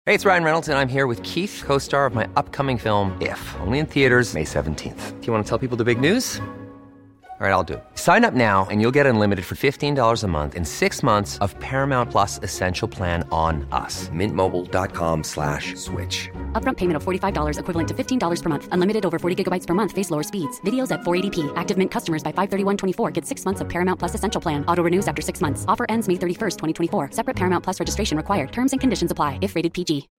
Hey, it's Ryan Reynolds, and I'm here with Keith, co-star of my upcoming film, If, only in theaters May 17th. Do you want to tell people the big news? All right, I'll do it. Sign up now and you'll get unlimited for $15 a month and 6 months of Paramount Plus Essential Plan on us. MintMobile.com/switch. Upfront payment of $45 equivalent to $15 per month. Unlimited over 40 gigabytes per month. Face lower speeds. Videos at 480p. Active Mint customers by 531.24 get 6 months of Paramount Plus Essential Plan. Auto renews after 6 months. Offer ends May 31st, 2024. Separate Paramount Plus registration required. Terms and conditions apply if rated PG.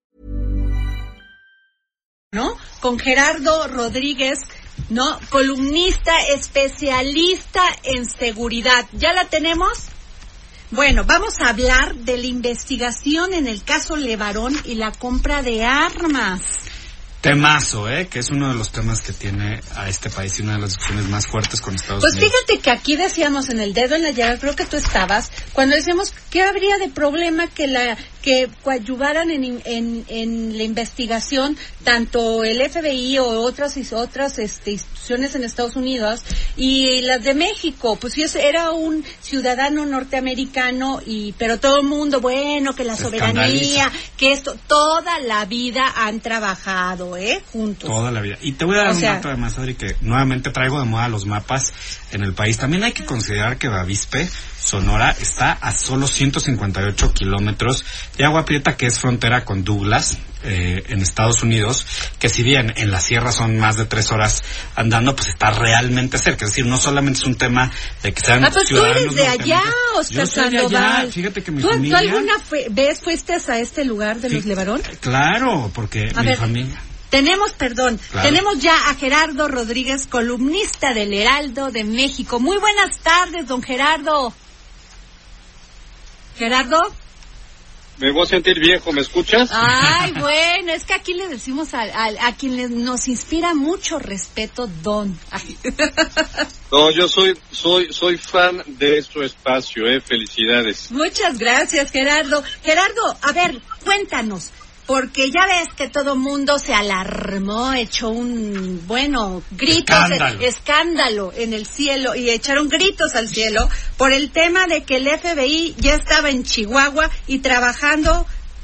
¿No? Con Gerardo Rodríguez, ¿no? Columnista especialista en seguridad. ¿Ya la tenemos? Bueno, vamos a hablar de la investigación en el caso Levarón y la compra de armas. Temazo, que es uno de los temas que tiene a este país y una de las discusiones más fuertes con Estados Unidos. Pues fíjate que aquí decíamos en el dedo en la llaga, creo que tú estabas, cuando decíamos ¿qué habría de problema que coadyuvaran en la investigación tanto el FBI o otras instituciones en Estados Unidos y las de México? Pues sí, era un ciudadano norteamericano pero todo el mundo, bueno, que la soberanía, que esto, toda la vida han trabajado, juntos. Toda la vida. Y te voy a dar un dato además, Adri, que nuevamente traigo de moda los mapas en el país. También hay que considerar que Bavispe, Sonora, está a solo 158 kilómetros de Agua Prieta, que es frontera con Douglas, en Estados Unidos, que si bien en la sierra son más de 3 horas andando, pues está realmente cerca. Es decir, no solamente es un tema de que sean pues ciudadanos. Tú eres de allá, Oscar Sandoval. Fíjate que mi ¿Tú familia... alguna vez fuiste a este lugar de los Levarón? Claro, porque mi familia... Tenemos ya a Gerardo Rodríguez, columnista del Heraldo de México. Muy buenas tardes, don Gerardo. ¿Gerardo? Me voy a sentir viejo, ¿me escuchas? Ay, bueno, es que aquí le decimos a quien nos inspira mucho respeto, don. No, yo soy fan de su espacio, felicidades. Muchas gracias, Gerardo. Gerardo, a ver, cuéntanos. Porque ya ves que todo mundo se alarmó, echó un, grito, escándalo en el cielo, y echaron gritos al cielo por el tema de que el FBI ya estaba en Chihuahua y trabajando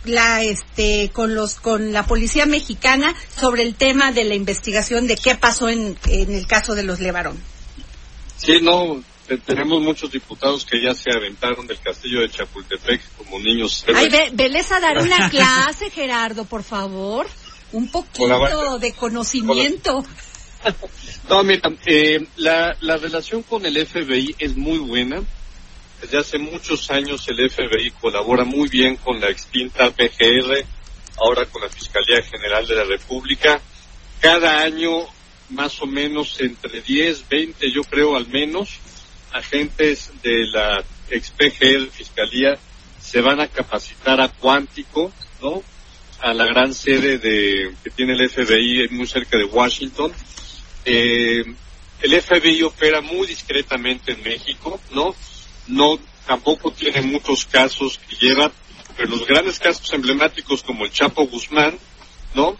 con la policía mexicana sobre el tema de la investigación de qué pasó en el caso de los Levarón. Sí, tenemos muchos diputados que ya se aventaron del castillo de Chapultepec como niños. Ay, veles a dar una clase, Gerardo, por favor. Un poquito de conocimiento. No, mira, la relación con el FBI es muy buena. Desde hace muchos años el FBI colabora muy bien con la extinta PGR, ahora con la Fiscalía General de la República. Cada año, más o menos, entre 10, 20, yo creo al menos, agentes de la ex-PGR Fiscalía se van a capacitar a Cuántico, ¿no? A la gran sede que tiene el FBI muy cerca de Washington. El FBI opera muy discretamente en México, ¿no? Tampoco tiene muchos casos que lleva, pero los grandes casos emblemáticos como el Chapo Guzmán, ¿no?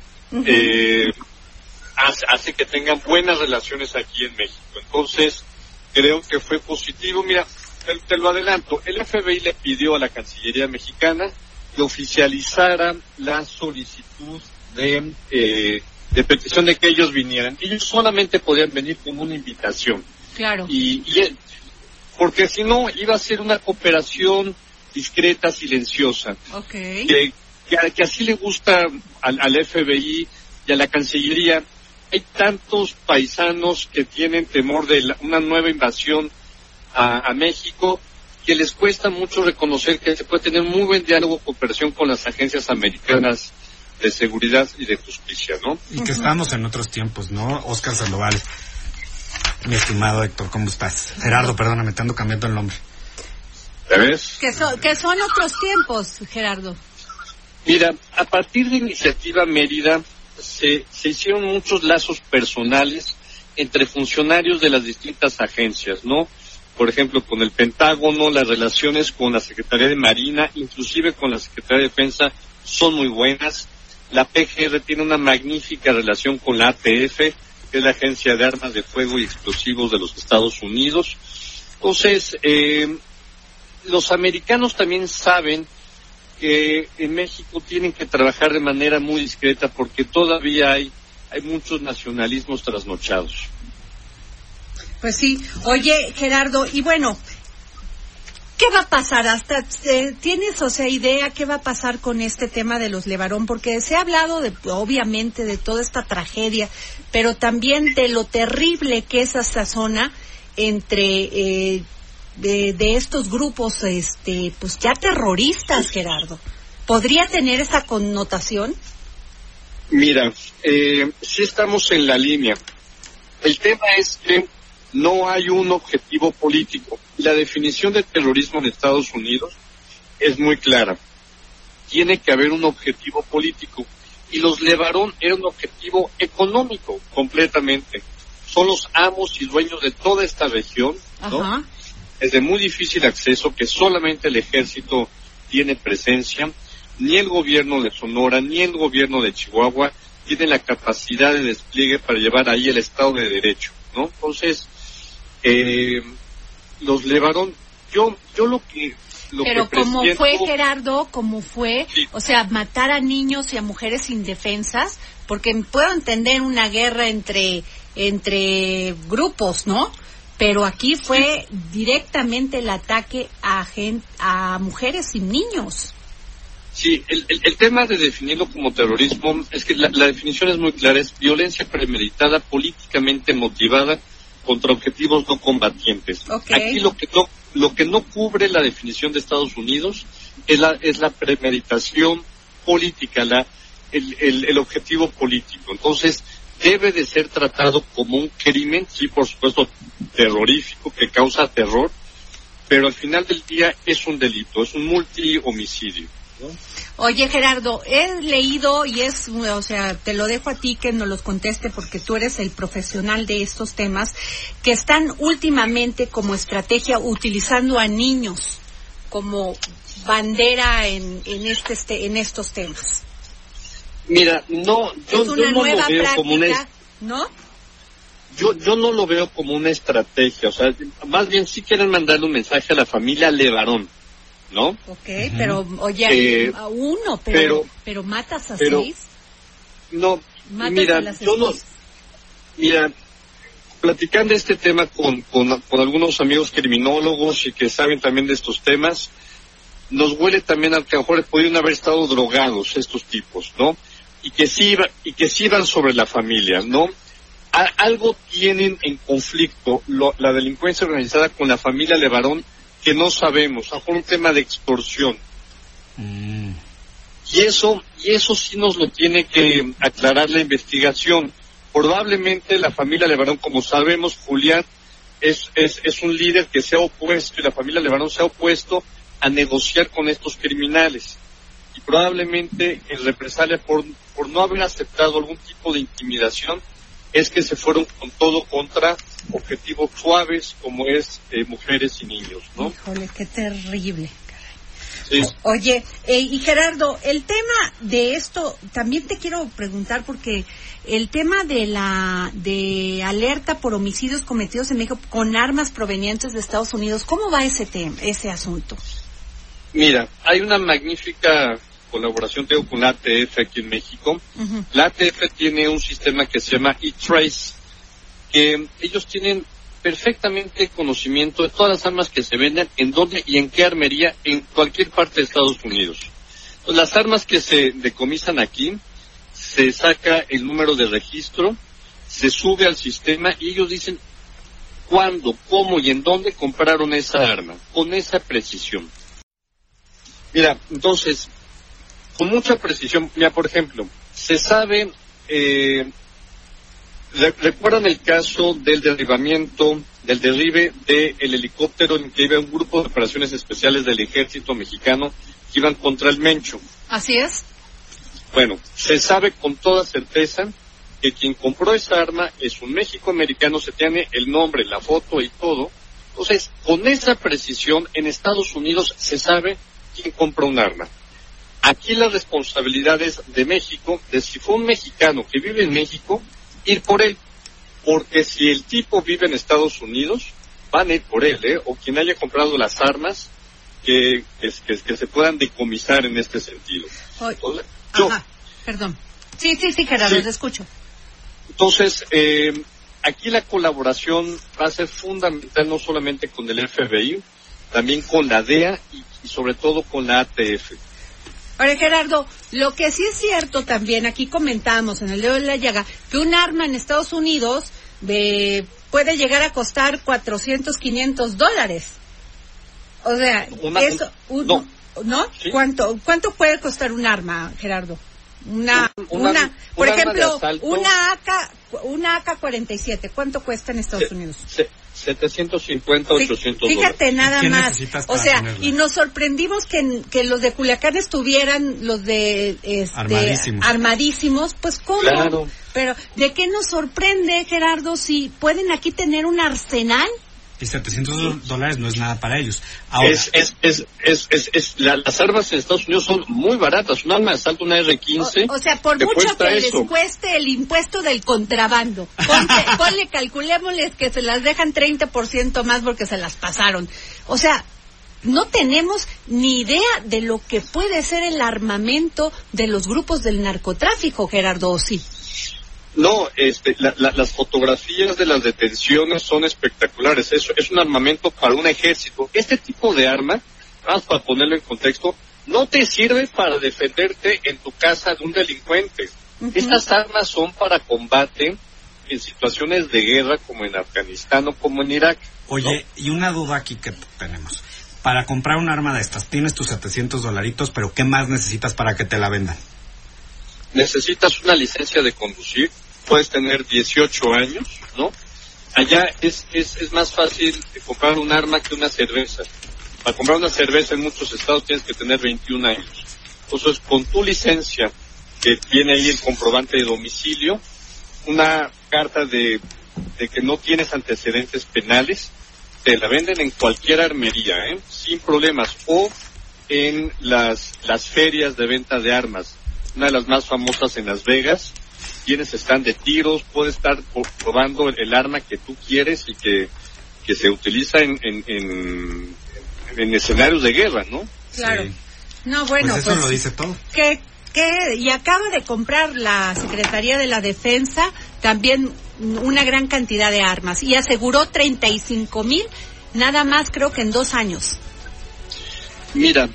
Hace que tengan buenas relaciones aquí en México. Entonces, creo que fue positivo. Mira, te lo adelanto, el FBI le pidió a la Cancillería mexicana que oficializara la solicitud de petición de que ellos vinieran. Ellos solamente podían venir con una invitación. Claro. Porque si no, iba a ser una cooperación discreta, silenciosa. Okay. Que así le gusta al FBI y a la Cancillería. Hay tantos paisanos que tienen temor de una nueva invasión a México que les cuesta mucho reconocer que se puede tener muy buen diálogo, cooperación con las agencias americanas de seguridad y de justicia, ¿no? Y que estamos en otros tiempos, ¿no? Oscar Sandoval, mi estimado Héctor, ¿cómo estás? Gerardo, perdóname, te ando cambiando el nombre. ¿Te ves? Que son otros tiempos, Gerardo. Mira, a partir de Iniciativa Mérida se hicieron muchos lazos personales entre funcionarios de las distintas agencias, ¿no? Por ejemplo, con el Pentágono, las relaciones con la Secretaría de Marina, inclusive con la Secretaría de Defensa, son muy buenas. La PGR tiene una magnífica relación con la ATF, que es la Agencia de Armas de Fuego y Explosivos de los Estados Unidos. Entonces, los americanos también saben que en México tienen que trabajar de manera muy discreta porque todavía hay muchos nacionalismos trasnochados. Pues sí. Oye, Gerardo, y bueno, ¿qué va a pasar? ¿Tienes, idea qué va a pasar con este tema de los Levarón? Porque se ha hablado, obviamente, de toda esta tragedia, pero también de lo terrible que es esta zona entre de estos grupos, pues ya terroristas, Gerardo. ¿Podría tener esa connotación? Mira, sí estamos en la línea. El tema es que no hay un objetivo político. La definición de terrorismo en Estados Unidos es muy clara. Tiene que haber un objetivo político. Y los Levarón era un objetivo económico, completamente. Son los amos y dueños de toda esta región, ¿no? Ajá. Es de muy difícil acceso, que solamente el ejército tiene presencia. Ni el gobierno de Sonora, ni el gobierno de Chihuahua tienen la capacidad de despliegue para llevar ahí el Estado de Derecho, ¿no? Entonces, los Levarón, yo lo que pero como fue, Gerardo, sí. O sea, matar a niños y a mujeres indefensas, porque puedo entender una guerra entre grupos, ¿no? Pero aquí fue directamente el ataque a mujeres y niños. Sí, el tema de definirlo como terrorismo es que la definición es muy clara, es violencia premeditada, políticamente motivada contra objetivos no combatientes. Okay. Aquí lo que no cubre la definición de Estados Unidos es la premeditación política, el objetivo político. Entonces, debe de ser tratado como un crimen, sí, por supuesto, terrorífico, que causa terror, pero al final del día es un delito, es un multihomicidio, ¿no? Oye, Gerardo, he leído y te lo dejo a ti que nos los conteste porque tú eres el profesional de estos temas, que están últimamente como estrategia utilizando a niños como bandera en estos temas. Mira, yo no lo veo práctica, como una, ¿no? Yo no lo veo como una estrategia, o sea, más bien sí quieren mandarle un mensaje a la familia Levarón, ¿no? Okay, uh-huh. Pero oye, a uno, pero matas a 6. No, matas mira, a las esposas. Mira, platicando este tema con algunos amigos criminólogos y que saben también de estos temas, nos huele también al que a lo mejor pudieron haber estado drogados estos tipos, ¿no? Y que sí iban sobre la familia, ¿no? Algo tienen en conflicto la delincuencia organizada con la familia Levarón que no sabemos, a lo mejor un tema de extorsión. Y eso sí nos lo tiene que aclarar la investigación. Probablemente la familia Levarón, como sabemos, Julián, es un líder que se ha opuesto, y la familia Levarón se ha opuesto a negociar con estos criminales. Y probablemente en represalia por no haber aceptado algún tipo de intimidación, es que se fueron con todo contra objetivos suaves como es mujeres y niños, ¿no? Híjole, qué terrible, caray. Sí. Oye, y Gerardo, el tema de esto, también te quiero preguntar porque el tema de alerta por homicidios cometidos en México con armas provenientes de Estados Unidos, ¿cómo va ese asunto? Mira, hay una magnífica colaboración con la ATF aquí en México. Uh-huh. La ATF tiene un sistema que se llama eTrace, que ellos tienen perfectamente conocimiento de todas las armas que se venden, en dónde y en qué armería, en cualquier parte de Estados Unidos. Entonces, las armas que se decomisan aquí, se saca el número de registro, se sube al sistema y ellos dicen cuándo, cómo y en dónde compraron esa arma, con esa precisión. Mira, entonces, con mucha precisión, mira, por ejemplo, se sabe, ¿recuerdan el caso del derribe del helicóptero en que iba un grupo de operaciones especiales del ejército mexicano que iban contra el Mencho? Así es. Bueno, se sabe con toda certeza que quien compró esa arma es un mexicoamericano, se tiene el nombre, la foto y todo. Entonces, con esa precisión, en Estados Unidos se sabe quién compró un arma. Aquí la responsabilidad es de México, de si fue un mexicano que vive en México, ir por él. Porque si el tipo vive en Estados Unidos, van a ir por él, o quien haya comprado las armas, que se puedan decomisar en este sentido. Entonces, perdón. Sí, Gerardo, te escucho. Entonces, aquí la colaboración va a ser fundamental no solamente con el FBI, también con la DEA y sobre todo con la ATF. Ahora, Gerardo, lo que sí es cierto también, aquí comentamos en el dedo de la llaga, que un arma en Estados Unidos puede llegar a costar $400-500. O sea, ¿no? ¿Sí? ¿Cuánto puede costar un arma, Gerardo? Por ejemplo, una AK-47, ¿cuánto cuesta en Estados Unidos? 750, 800 Fíjate nada más, o sea, tenerla? Y nos sorprendimos que los de Culiacán estuvieran los de armadísimos, pues ¿cómo? Claro. Pero ¿de qué nos sorprende, Gerardo, si pueden aquí tener un arsenal? Y $700 no es nada para ellos. Ahora, las armas en Estados Unidos son muy baratas. Un arma de asalto, una R-15. O sea, por mucho que les cueste el impuesto del contrabando, calculémosles que se las dejan 30% más porque se las pasaron. O sea, no tenemos ni idea de lo que puede ser el armamento de los grupos del narcotráfico, Gerardo, ¿o sí? No, las fotografías de las detenciones son espectaculares. Es un armamento para un ejército. Este tipo de arma, vamos para ponerlo en contexto, no te sirve para defenderte en tu casa de un delincuente. Uh-huh. Estas armas son para combate en situaciones de guerra como en Afganistán o como en Irak. Oye, ¿no? Y una duda aquí que tenemos. Para comprar un arma de estas, tienes tus $700, pero ¿qué más necesitas para que te la vendan? Necesitas una licencia de conducir, puedes tener 18 años, ¿no? Allá es más fácil comprar un arma que una cerveza. Para comprar una cerveza en muchos estados tienes que tener 21 años. Entonces, con tu licencia, que tiene ahí el comprobante de domicilio, una carta de que no tienes antecedentes penales, te la venden en cualquier armería, sin problemas, o en las ferias de venta de armas. Una de las más famosas en Las Vegas, tienes stand de tiros, puedes estar probando el arma que tú quieres y que se utiliza en escenarios de guerra, ¿no? Claro. Sí. No, bueno, pues eso lo dice todo. Y acaba de comprar la Secretaría de la Defensa también una gran cantidad de armas y aseguró 35,000 nada más, creo que en 2 años. Mira,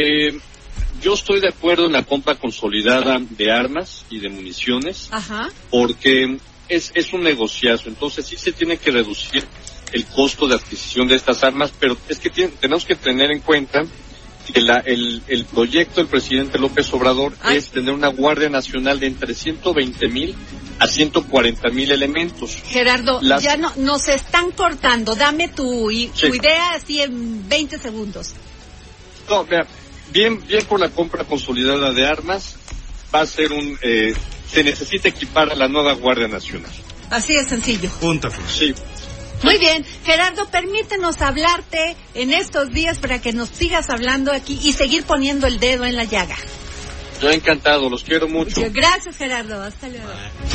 yo estoy de acuerdo en la compra consolidada de armas y de municiones. Ajá. Porque es un negociazo, entonces sí se tiene que reducir el costo de adquisición de estas armas, pero es que tenemos que tener en cuenta que el proyecto del presidente López Obrador es tener una Guardia Nacional de entre 120,000 a 140,000 elementos. Gerardo, ya nos están cortando, dame tu idea así en 20 segundos. No, mira, Bien por la compra consolidada de armas, va a ser se necesita equipar a la nueva Guardia Nacional. Así de sencillo. Punto. Sí. Muy bien, Gerardo, permítenos hablarte en estos días para que nos sigas hablando aquí y seguir poniendo el dedo en la llaga. Yo encantado, los quiero mucho. Gracias, Gerardo, hasta luego.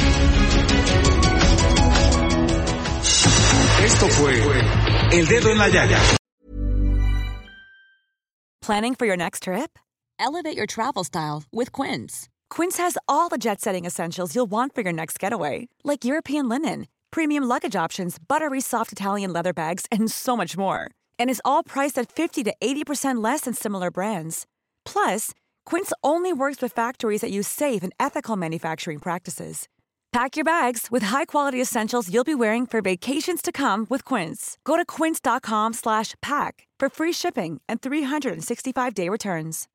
Esto fue El Dedo en la Llaga. Planning for your next trip? Elevate your travel style with Quince. Quince has all the jet-setting essentials you'll want for your next getaway, like European linen, premium luggage options, buttery soft Italian leather bags, and so much more. And is all priced at 50 to 80% less than similar brands. Plus, Quince only works with factories that use safe and ethical manufacturing practices. Pack your bags with high-quality essentials you'll be wearing for vacations to come with Quince. Go to quince.com/pack for free shipping and 365-day returns.